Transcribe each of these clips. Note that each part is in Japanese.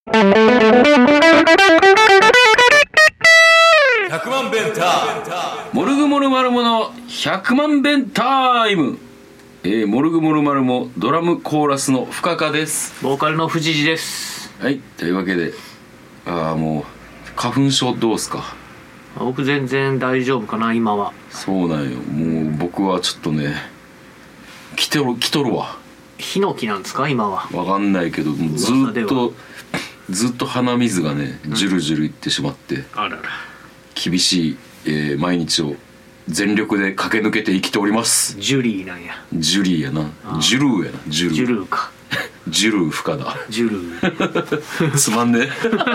100万弁タモルグモルマルモの100万弁タイム。モルグモルマルモドラムコーラスの深川です。 ボーカルの藤次です。 はい、というわけでもう花粉症どうすか？ 僕全然大丈夫かな今は。 そうなんよ。もう僕はちょっとね来とるわ。 ヒノキなんですか今は。 わかんないけどもうずっと鼻水がねジュルジュルいってしまって、 あらら厳しい、毎日を全力で駆け抜けて生きております。 ジュリーなんや。 ジュリーやな。ジュルーやな。ジュルーか。 ジュルー深田。 ジュルーつまんね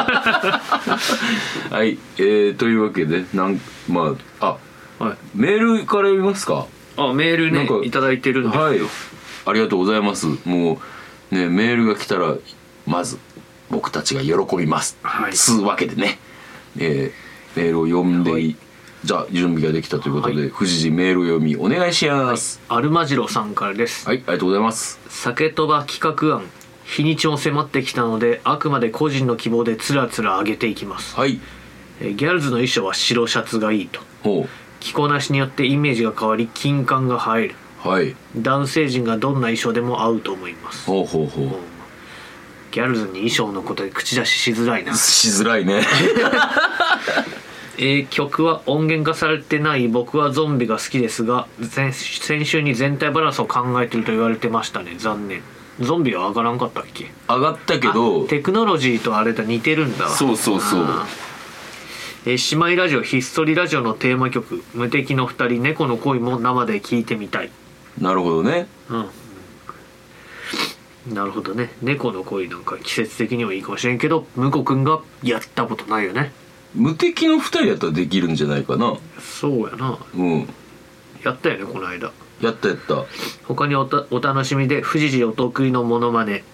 はい、というわけではい、メールから読みますか。 メールねいただいてるんですよ。 はい、ありがとうございます。もうねメールが来たらまず僕たちが喜びます、はい、つうわけでね、メールを読んで、はい、じゃあ準備ができたということで、はい、藤次メール読みお願いします。 はい、アルマジロさんからです。 はい、ありがとうございます。 酒とば企画案日にちも迫ってきたのであくまで個人の希望でつらつら上げていきます。 はい。 ギャルズの衣装は白シャツがいいと。 ほう。 着こなしによってイメージが変わり金感が入る。 はい。 男性陣がどんな衣装でも合うと思います。 ほうほうほう。 ギャルズに衣装のことで口出ししづらいな。 しづらいね曲は音源化されてない僕はゾンビが好きですが先週に全体バランスを考えてると言われてましたね。残念。ゾンビは上がらんかったっけ？ 上がったけどテクノロジーとあれと似てるんだわ。 そうそうそう。 姉妹ラジオひっそりラジオのテーマ曲無敵の二人猫の恋も生で聴いてみたい。 なるほどね。 なるほどね。猫の恋なんか季節的にはいいかもしれんけど向こうくんがやったことないよね。 無敵の2人やったらできるんじゃないかな。 そうやな。やったよねこの間。 やった。 他にお楽しみで藤次お得意のモノマネ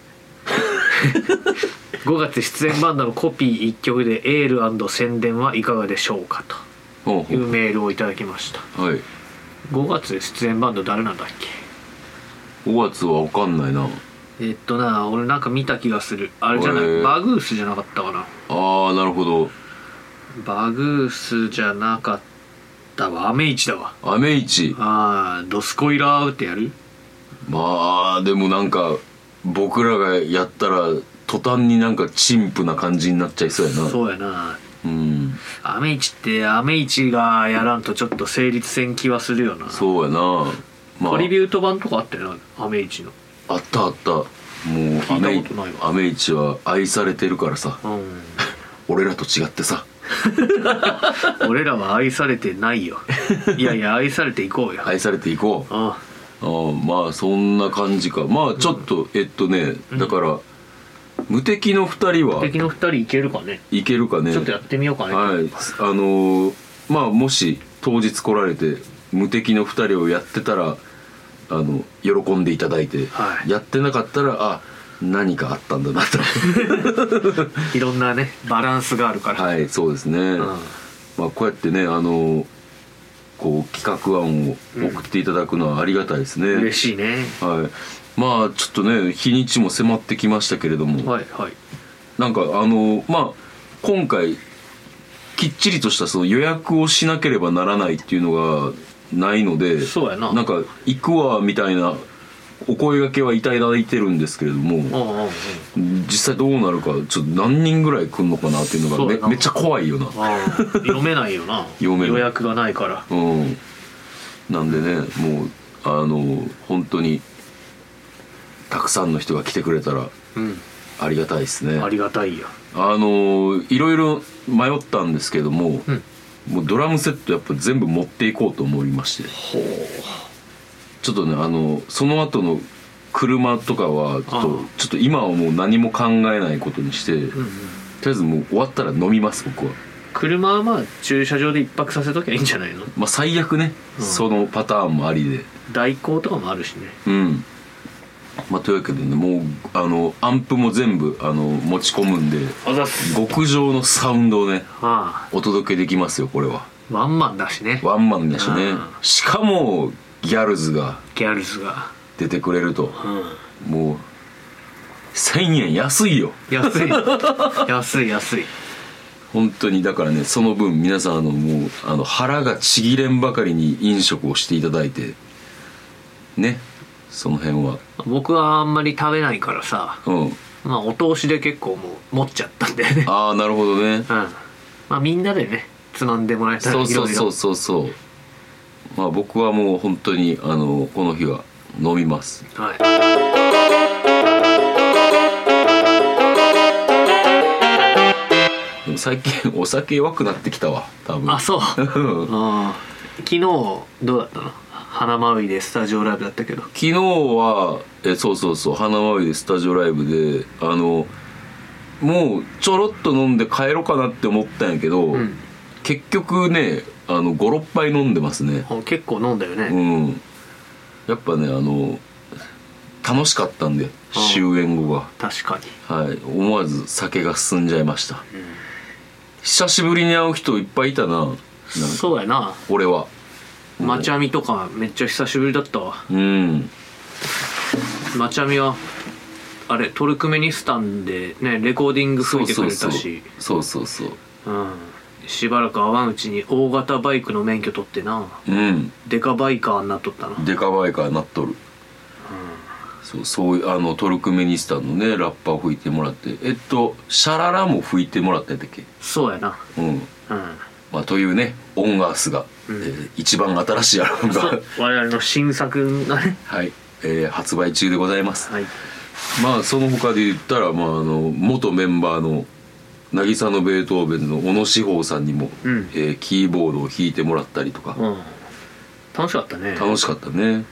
5月出演バンドのコピー1曲でエール&宣伝はいかがでしょうかというメールをいただきました。 はい。 5月出演バンド誰なんだっけ ？5月は分かんないな。 俺なんか見た気がする。あれじゃない、バグースじゃなかったかな。 なるほど。 バグースじゃなかったわ。アメイチだわ。 アメイチ。 ドスコイラーってやる？ まあでもなんか僕らがやったら途端になんか陳腐な感じになっちゃいそうやな。 そうやな。アメイチってアメイチがやらんとちょっと成立せん気はするよな。 そうやな。 トリビュート版とかあったよなアメイチの。 あった。もうアメイチは愛されてるからさ、俺らと違ってさ俺らは愛されてないよ。いや愛されていこうよ。 愛されていこう。まあそんな感じか。まあちょっと、だから無敵の2人は無敵の2人いけるかね。 いけるかね。 ちょっとやってみようかね。 はい。まあもし当日来られて無敵の2人をやってたら喜んでいただいて、やってなかったら何かあったんだなといろんなねバランスがあるから。 はい、そうですね。まあこうやってねこう企画案を送っていただくのはありがたいですね。 嬉しいね。 はい。まあちょっとね日にちも迫ってきましたけれども、なんか今回きっちりとしたその予約をしなければならないっていうのがないので、 そうやな。 なんか行くわみたいなお声掛けはいただいてるんですけれども、実際どうなるかちょっと何人ぐらい来るのかなっていうのがめっちゃ怖いよな。 読めないよな予約がないから。 なんでねもう本当にたくさんの人が来てくれたらありがたいですね。 ありがたいよ。 いろいろ迷ったんですけども、もうドラムセットやっぱ全部持っていこうと思いまして、ちょっとねその後の車とかはちょっと今はもう何も考えないことにして、とりあえずもう終わったら飲みます僕は。 車はまあ駐車場で一泊させときゃいいんじゃないの。 まあ最悪ね、そのパターンもありで代行とかもあるしね。 まあというわけでねもうアンプも全部持ち込むんで極上のサウンドをねお届けできますよこれは。 ワンマンだしね。 しかもギャルズが出てくれると、もう 1000円安いよ。 安い安い安い。 本当にだからね、その分皆さんもう腹がちぎれんばかりに飲食をしていただいてね、その辺は。 僕はあんまり食べないからさ、まあお通しで結構もう持っちゃったんだよね。 ああなるほどね。 まあみんなでねつまんでもらえたらいろいろ。 そうまあ僕はもう本当にこの日は飲みます。 はい。 でも最近お酒弱くなってきたわ多分。 あそう昨日どうだったの？花まういでスタジオライブだったけど。 昨日はそう花まういでスタジオライブでもうちょろっと飲んで帰ろうかなって思ったんやけど、結局ね56杯飲んでますね。 結構飲んだよね。 やっぱね楽しかったんで終演後が。 確かに。 はい、思わず酒が進んじゃいました。久しぶりに会う人いっぱいいたな。 そうやな。 俺はマチャミとかめっちゃ久しぶりだったわ。マチャミはあれトルクメニスタンでねレコーディング吹いてくれたし。 そうしばらく会わんうちに大型バイクの免許取ってな。デカバイカーになっとったな。 デカバイカーになっとる。そういうトルクメニスタンのねラッパーを吹いてもらって、シャララも吹いてもらったんだっけ。 そうやな。 まあ、というねオンアースが、一番新しいアルバムが我々の新作がねはい、発売中でございます。 はい。 まあその他で言ったら、元メンバーの渚のベートーベンの小野志保さんにも、キーボードを弾いてもらったりとか、 楽しかったね。 楽しかったね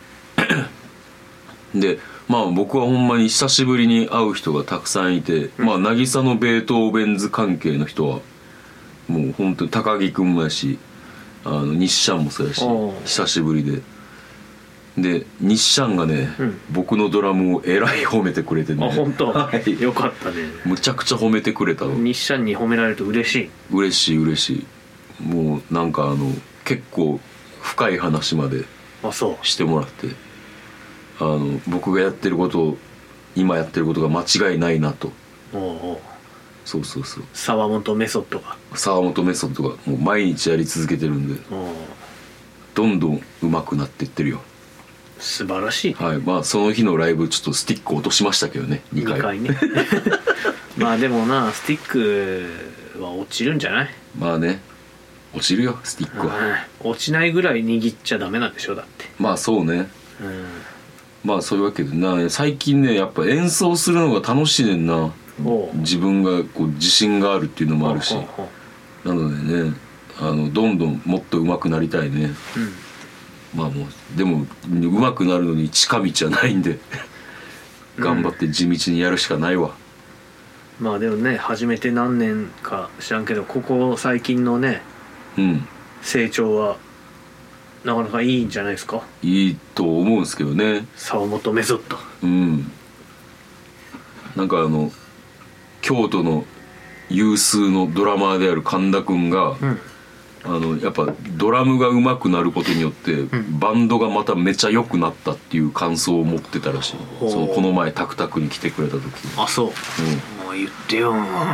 で僕はほんまに久しぶりに会う人がたくさんいて、渚のベートーベンズ関係の人はもう本当に高木君もやし日シャンもそうやし久しぶりで日シャンがね、僕のドラムをえらい褒めてくれてね。 あ本当、よかったね。 むちゃくちゃ褒めてくれたの。 日シャンに褒められると嬉しい。 嬉しい。もうなんか結構深い話までしてもらって、僕が今やってることが間違いないなと。そう沢本メソッドがもう毎日やり続けてるんでどんどん上手くなっていってるよ。 素晴らしい。 はい。その日のライブちょっとスティック落としましたけどね2回ねでもなスティックは落ちるんじゃない？ 落ちるよスティックは。 落ちないぐらい握っちゃダメなんでしょだって。 そうね。そういうわけでな最近ねやっぱ演奏するのが楽しいねんな。自分が自信があるっていうのもあるし、なのでねどんどんもっと上手くなりたいね。でも上手くなるのに近道はないんで頑張って地道にやるしかないわ。 でもね始めて何年か知らんけどここ最近のね、成長はなかなかいいんじゃないですか。 いいと思うんですけどね。 沢本メソッド。 なんか京都の有数のドラマーである神田くんが、やっぱドラムが上手くなることによって、バンドがまためちゃ良くなったっていう感想を持ってたらしい。この前タクタクに来てくれた時に。 そう。もう言ってよ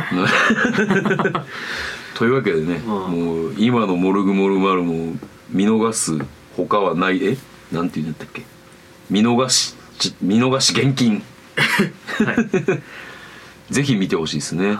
というわけでね、もう今のモルグモルマルも見逃す他はない。なんて言うんだったっけ。見逃し厳禁ぜひ見てほしいですね。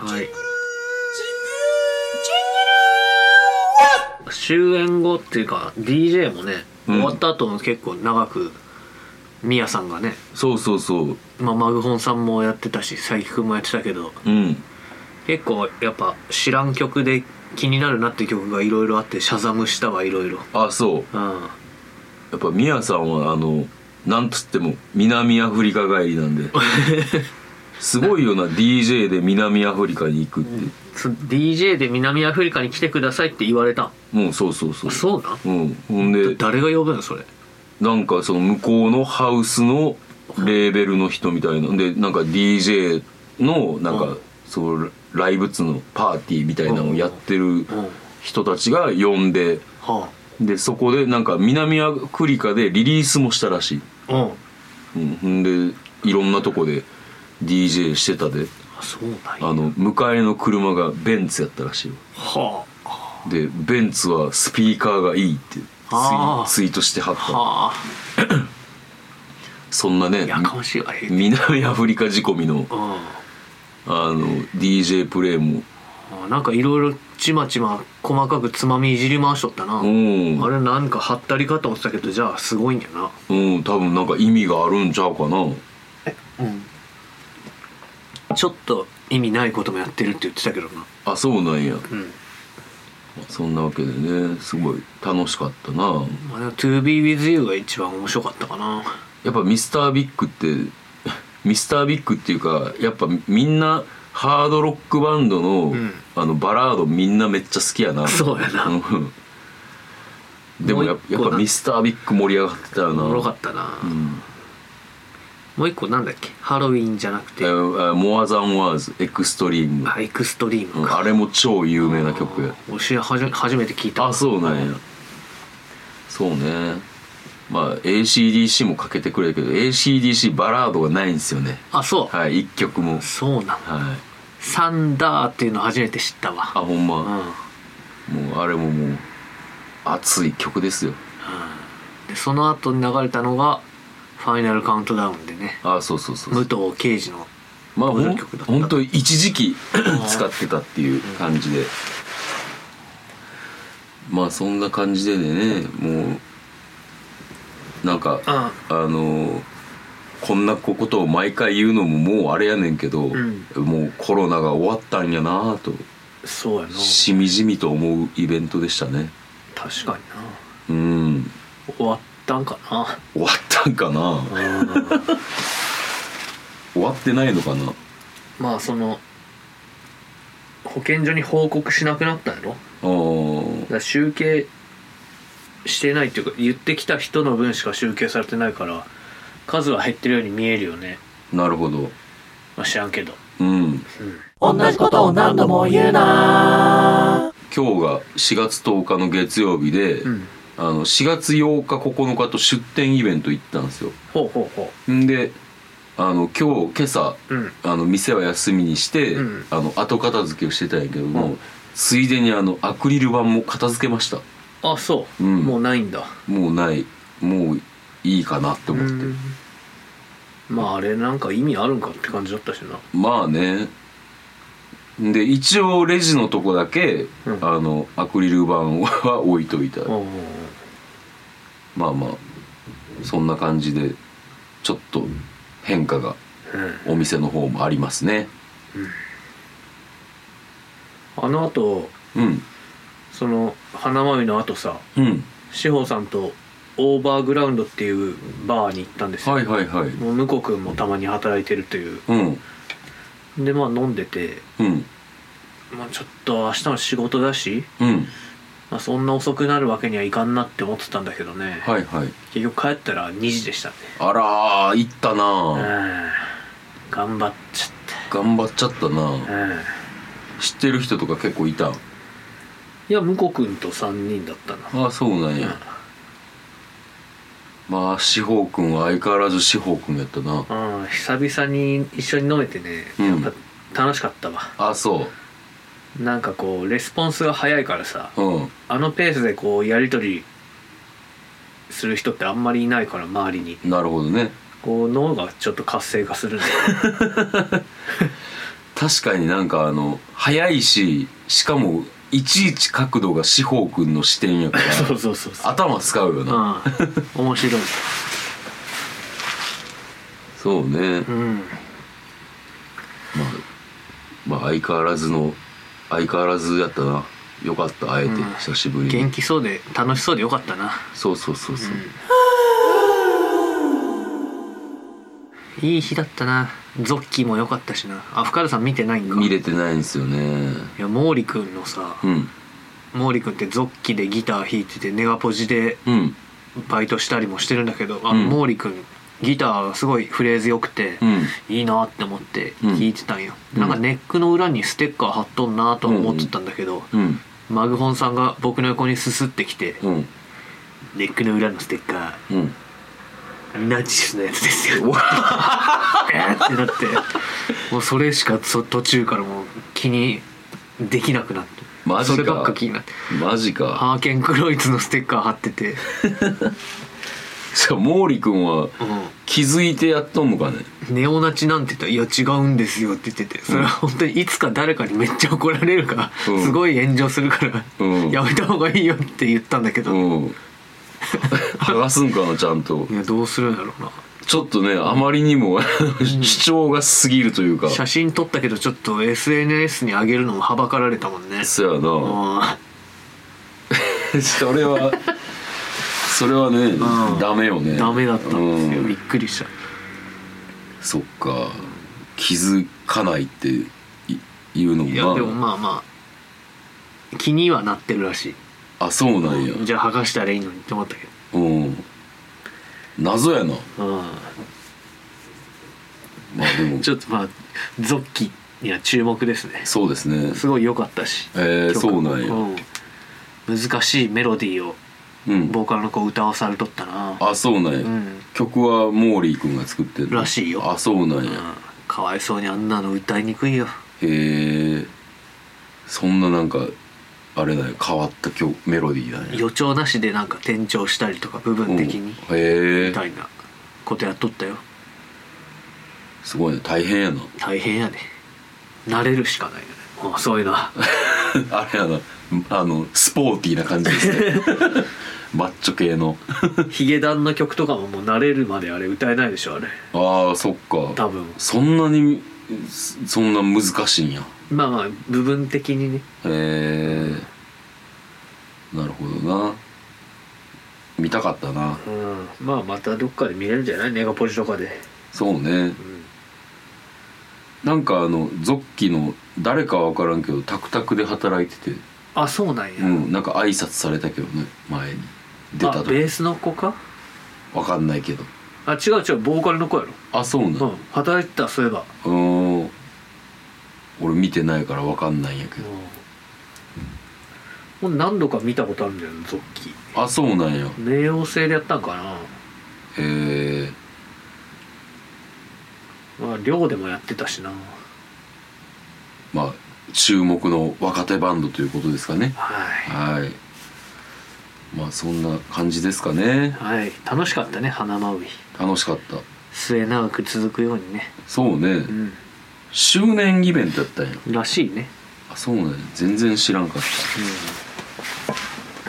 終演後っていうか DJ もね、終わった後も結構長くミヤさんがね。マグホンさんもやってたし佐伯くんもやってたけど、結構やっぱ知らん曲で気になるなっていう曲がいろいろあってシャザムしたわいろいろ。 やっぱミヤさんはなんつっても南アフリカ帰りなんですごいよなDJ で南アフリカに行くって。 DJ で南アフリカに来てくださいって言われた。 もうそうそうな。 ほんで誰が呼ぶのそれ。 なんかその向こうのハウスのレーベルの人みたいなでなんか DJ のなんかそうライブツのパーティーみたいなのをやってる人たちが呼んで、でそこでなんか南アフリカでリリースもしたらしい。んでいろんなとこで DJ してたで。 あ、そうなんや。 迎えの車がベンツやったらしいよ。 はあ。でベンツはスピーカーがいいってツイートしてはった。はあ。そんなね、 やかましいわ。 南アフリカ仕込みのDJ プレイもなんかいろいろちまちま細かくつまみいじり回しとったな。あれなんかはったりかと思ってたけど、じゃあすごいんやな。 多分なんか意味があるんちゃうかな。 ちょっと意味ないこともやってるって言ってたけどな。 あ、そうなんや。そんなわけでね、すごい楽しかったな。 To be with you が一番面白かったかな。 やっぱミスタービッグっていうか、やっぱみんなハードロックバンドの、バラードみんなめっちゃ好きやな。 そうやな。 でもやっぱミスタービッグ盛り上がってたよな。 おもろかったな。もう一個なんだっけ、ハロウィンじゃなくてモアザンワーズエクストリーム。 エクストリームか。 あれも超有名な曲や。 私初めて聞いた。 あ、そうなんや。そうね。まあ ACDC もかけてくれるけど ACDC バラードがないんですよね。 あ、そう。 はい、一曲も。 そうなの。サンダーっていうの初めて知ったわ。 あ、ほんま。もうあれももう熱い曲ですよ。 でその後に流れたのがファイナルカウントダウンでね。 あ、そう武藤敬司の登場曲だった。本当一時期使ってたっていう感じで、まあそんな感じでね、もうなんかこんなことを毎回言うのももうあれやねんけど、もうコロナが終わったんやなと。 そうやな。 しみじみと思うイベントでしたね。 確かにな。終わったんかな。 終わったんかな。終わってないのかな。 まあその保健所に報告しなくなったんやろ。だから集計してないっていうか、言ってきた人の分しか集計されてないから数は減ってるように見えるよね。 なるほど。 まあ知らんけど。 同じことを何度も言うな。 今日が4月10日の月曜日で、4月8日9日と出店イベント行ったんですよ。で今朝、店は休みにして、後片付けをしてたんやけども、ついでにアクリル板も片付けました。 あ、そう、もうないんだ。 もうない。もういいかなって思って。 まああれなんか意味あるんかって感じだったしな。 まあね。で一応レジのとこだけ、アクリル板は置いといた。まあまあそんな感じでちょっと変化がお店の方もありますね。 あのあと、その花まみのあとさ、志保さんとオーバーグラウンドっていうバーに行ったんですよ。もう向こう君もたまに働いてるという。でまあ飲んでて、まあちょっと明日の仕事だし、まあ、そんな遅くなるわけにはいかんなって思ってたんだけどね。結局帰ったら2時でしたね。 あらー、行ったな。 頑張っちゃったな。知ってる人とか結構いたん？ いや、向こう君と3人だったな。 あ、そうなんや。まあ志保君は相変わらず志保君やったな。 久々に一緒に飲めてね、やっぱ楽しかったわ。 あ、そう。 なんかこうレスポンスが早いからさ、あのペースでこうやり取りする人ってあんまりいないから、周りに。 なるほどね。 こう脳がちょっと活性化するんだよ。 確かになんか早いし、しかもいちいち角度が志保君の視点やからそう頭使うよな。 面白い。 そうね。まあ相変わらずやったな。よかった、会えて久しぶりに。 元気そうで楽しそうでよかったな。 そう、 いい日だったな。ゾッキーも良かったしな。深田さん見てないんか？ 見れてないんですよね。 いや、毛利くんのさ、毛利くんってゾッキでギター弾いててネガポジでバイトしたりもしてるんだけど、毛利くんギターがすごいフレーズ良くて、いいなって思って弾いてたんよ。なんかネックの裏にステッカー貼っとんなと思ってたんだけど、マグホンさんが僕の横にすすってきて、ネックの裏のステッカー、 ナチスのやつですよってなってもうそれしか途中からもう気にできなくなって、 マジか、 そればっか気になって、 マジか。 ハーケンクロイツのステッカー貼っててしかも毛利君は気づいてやっとんのかね、 ネオナチなんて言ったらいや違うんですよって言ってて、それは本当にいつか誰かにめっちゃ怒られるから、すごい炎上するから、やめた方がいいよって言ったんだけど、 剥がすんかなちゃんと。 いやどうするんだろうな。 ちょっとねあまりにも主張が過ぎるというか、 写真撮ったけどちょっと SNS に上げるのもはばかられたもんね。 そうやなそれはね、ダメよね。 ダメだったんですよ、びっくりした。 そっか、気づかないっていうのも、 いやでもまあまあ気にはなってるらしい。 あ、そうなんや。 じゃあ剥がしたらいいのにって思ったけど、 謎やな。まあでもちょっとまあゾッキには注目ですね。 そうですね、 すごい良かったし、 そうなんや、 難しいメロディーをボーカルの子歌わされとったな。 あ、そうなんや、曲はモーリー君が作ってるらしいよ。 あ、そうなんや、 かわいそうにあんなの歌いにくいよ。 へえ、そんななんかあれだよ、変わったメロディーだね。 予兆なしでなんか転調したりとか部分的にみたいなことやっとったよ。 すごいね、大変やな。 大変やね、慣れるしかないよね、もうそういうのはあれやな、スポーティーな感じですねマッチョ系のヒゲダンの曲とかももう慣れるまであれ歌えないでしょあれ。 ああ、そっか、 多分そんな難しいんや。 まあまあ部分的にね。 なるほどな、見たかったな。 まあまたどっかで見れるんじゃない、ネガポジとかで。 そうね、なんかゾッキの誰かは分からんけどタクタクで働いてて。 あ、そうなんや。 なんか挨拶されたけどね、前に出た時。 ベースの子か分かんないけど。 あ、違うボーカルの子やろ。 あ、そうなん、 働いてた、そういえば。 俺見てないから分かんないんやけど、 もう何度か見たことあるんだよゾッキ。 あ、そうなんや。 冥王星でやったんかな。まあ寮でもやってたしな。 まあ注目の若手バンドということですかね。はい。まあそんな感じですかね。 はい、楽しかったね、花まうい。 楽しかった。 末永く続くようにね。 そうね、周年イベントやったんやらしいね。 あ、そうなんや、全然知らんかった、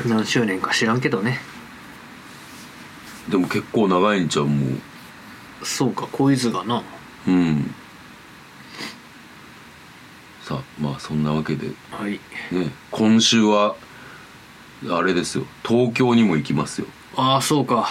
何周年か知らんけどね。 でも結構長いんちゃう、もう。 そうか、小泉がな。 さあ、まあそんなわけで、 はい、 ね、今週はあれですよ、東京にも行きますよ。 ああ、そうか。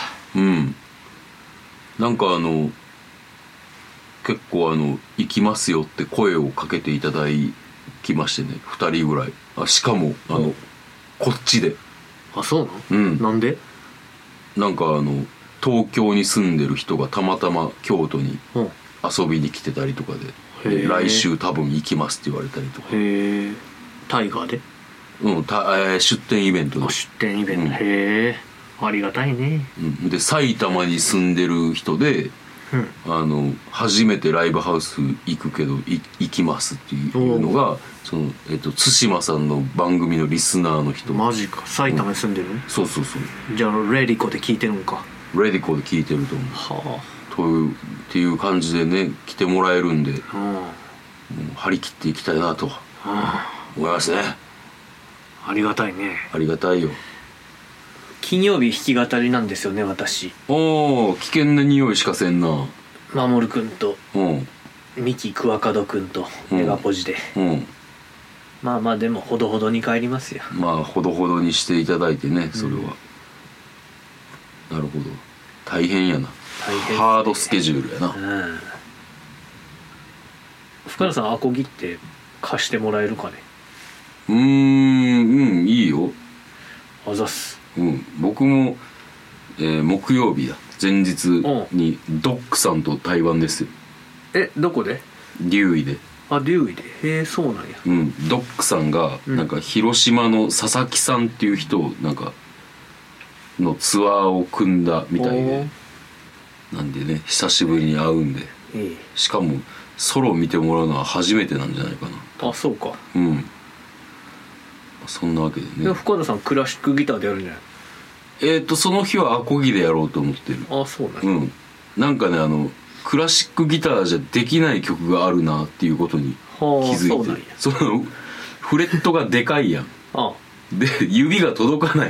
なんか結構行きますよって声をかけていただきましてね、2人ぐらい。しかもこっちで。 あ、そうなの。なんで。 なんか東京に住んでる人がたまたま京都に遊びに来てたりとかで、来週多分行きますって言われたりとか。 へえ。タイガーで。 出店イベントで。 出店イベント、へえ、ありがたいね。 で埼玉に住んでる人で、初めてライブハウス行くけど行きますっていうのが対馬さんの番組のリスナーの人。 マジか、埼玉に住んでる、 そうそう。 じゃあレディコで聞いてるのか。 レディコで聞いてると思う。っていう感じでね、来てもらえるんで、もう張り切っていきたいなと思いますね。 ありがたいね。 ありがたいよ。 金曜日弾き語りなんですよね、私。 おー、危険な匂いしかせんな。 守くんとミキクワカドくんとメガポジで、まあまあでもほどほどに帰りますよ。 まあほどほどにしていただいてね、それは、なるほど。大変やな。大変、ハードスケジュールやな。 深田さん、アコギって貸してもらえるかね。 いいよ。 あざっす。 僕も、木曜日だ、前日にドックさんと対バンですよ。 どこで。 デューイで。 あ、デューイで。へえ、そうなんや。 ドックさんがなんか広島の佐々木さんっていう人なんかのツアーを組んだみたいで、 なんでね久しぶりに会うんで、しかもソロ見てもらうのは初めてなんじゃないかな。 あ、そうか。 そんなわけでね。 深田さんクラシックギターでやるんじゃない？ その日はアコギでやろうと思ってる。 あ、そうなんや。 なんかねクラシックギターじゃできない曲があるなっていうことに気づいて、そのフレットがでかいやん。で指が届かないって。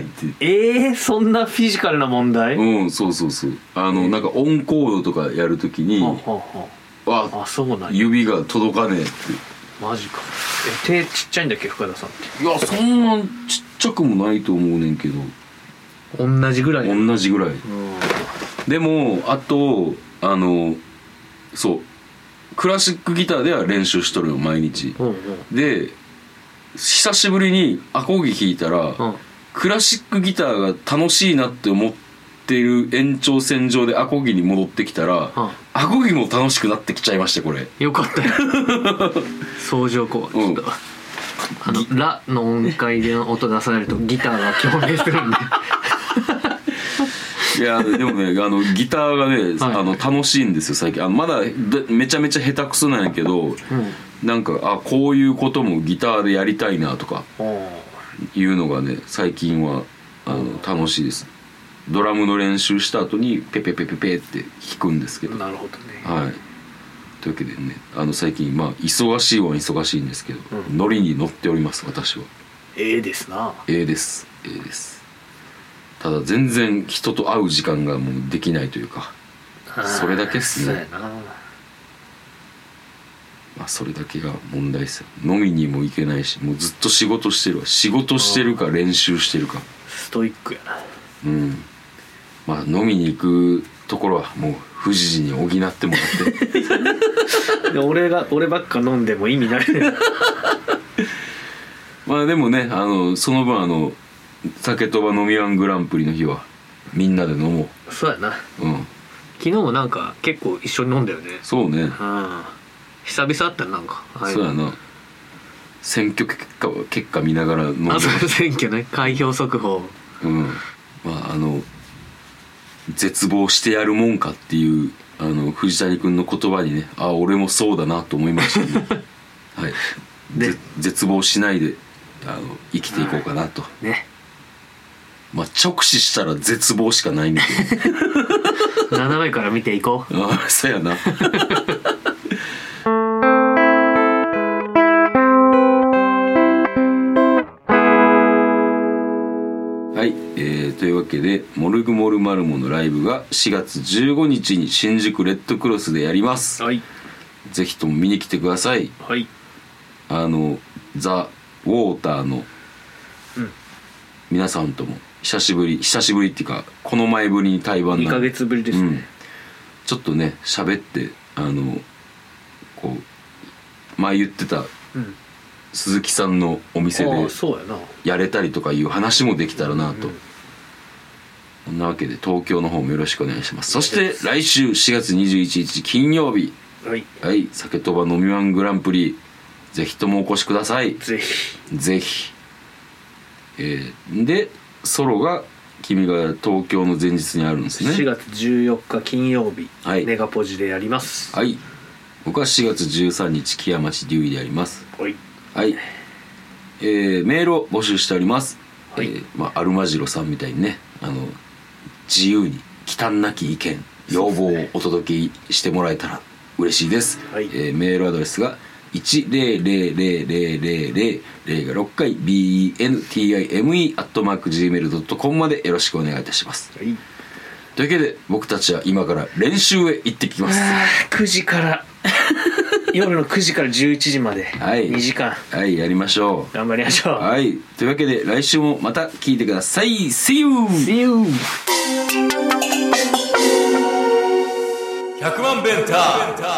そんなフィジカルな問題？ そうなんかオンコードとかやるときにそうなんや、 指が届かねえって。 マジか。手ちっちゃいんだっけ深田さんって？ いやそんなちっちゃくもないと思うねんけど。 同じぐらい。 でもあとそうクラシックギターでは練習しとるよ毎日。で久しぶりにアコギ弾いたら、クラシックギターが楽しいなって思っている延長線上でアコギに戻ってきたら、アコギも楽しくなってきちゃいまして、これよかったよ相乗効果。ちょっとラの音階で音出されるとギターが共鳴するんでいやでもねギターがね、楽しいんですよ最近。まだめちゃめちゃ下手くそなんやけど、なんかこういうこともギターでやりたいなとかいうのがね最近は楽しいです。ドラムの練習した後にペペペペペって弾くんですけど。 なるほどね。 はい。というわけでね最近忙しいは忙しいんですけど、ノリに乗っております私は。 ですな。 です。ただ全然人と会う時間がもうできないというか、それだけっすね。そうやな。それだけが問題ですよ。飲みにも行けないし、もうずっと仕事してるわ。仕事してるか練習してるか。 ストイックやな。 飲みに行くところはもう富士寺に補ってもらって俺ばっか飲んでも意味ないでもねその分酒とば飲みワングランプリの日はみんなで飲もう。 そうやな。昨日もなんか結構一緒に飲んだよね。 そうね。 久々あったらなんか。 そうやな。選挙結果見ながら飲んで。 選挙ね。開票速報。 絶望してやるもんかっていう藤谷君の言葉にね、俺もそうだなと思いましたねはい。絶望しないで生きていこうかなとね。直視したら絶望しかないんだけど斜めから見ていこう。 そうやなはい、というわけでモルグモルマルモのライブが4月15日に新宿レッドクロスでやります。ぜひとも見に来てください。ザ・ウォーターの皆さんとも久しぶりっていうかこの前ぶりに対バン 2ヶ月ぶりですね。 ちょっとね喋って前言ってた鈴木さんのお店でやれたりとかいう話もできたらなと。そんなわけで東京の方もよろしくお願いします。そして来週4月21日金曜日、酒とば飲みワングランプリぜひともお越しください。ぜひ。でソロが君が東京の前日にあるんですね。 4月14日金曜日、ネガポジでやります。 僕は4月13日木屋町デュイでやります。メールを募集しております。アルマジロさんみたいにね自由に忌憚なき意見要望をお届けしてもらえたら嬉しいです。メールアドレスが1000000が6回 bentime@gmail.com までよろしくお願いいたします。というわけで僕たちは今から練習へ行ってきます。 9時から夜の9時から11時まで2時間やりましょう。 頑張りましょう。 というわけで来週もまた聞いてください。 See you 100万ベンター